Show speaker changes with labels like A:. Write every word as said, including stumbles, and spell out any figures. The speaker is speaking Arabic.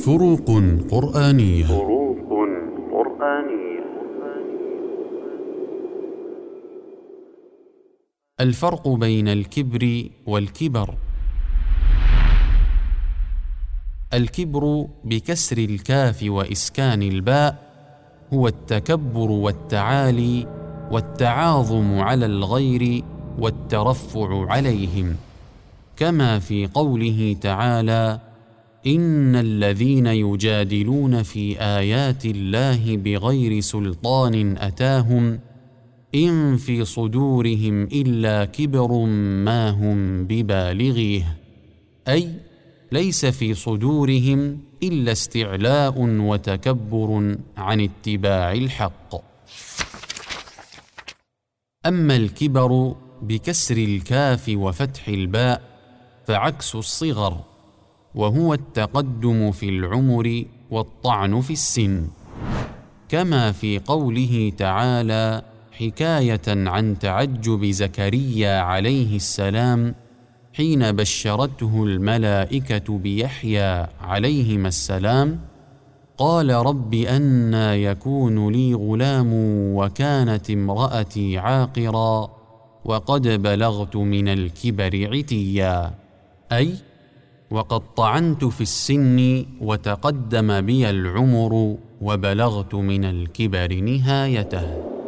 A: فروق قرآنية.
B: فروق قرآنية.
C: الفرق بين الكبر والكبر. الكبر بكسر الكاف وإسكان الباء هو التكبر والتعالي والتعاظم على الغير والترفع عليهم، كما في قوله تعالى: إن الذين يجادلون في آيات الله بغير سلطان أتاهم إن في صدورهم إلا كبر ما هم ببالغيه، أي ليس في صدورهم إلا استعلاء وتكبر عن اتباع الحق. أما الكبر بكسر الكاف وفتح الباء فعكس الصغر، وهو التقدم في العمر والطعن في السن، كما في قوله تعالى حكاية عن تعجب زكريا عليه السلام حين بشرته الملائكة بيحيى عليهما السلام: قال رب أنى يكون لي غلام وكانت امرأتي عاقرا وقد بلغت من الكبر عتيا، أي وقد طعنت في السن وتقدم بي العمر وبلغت من الكبر نهايته.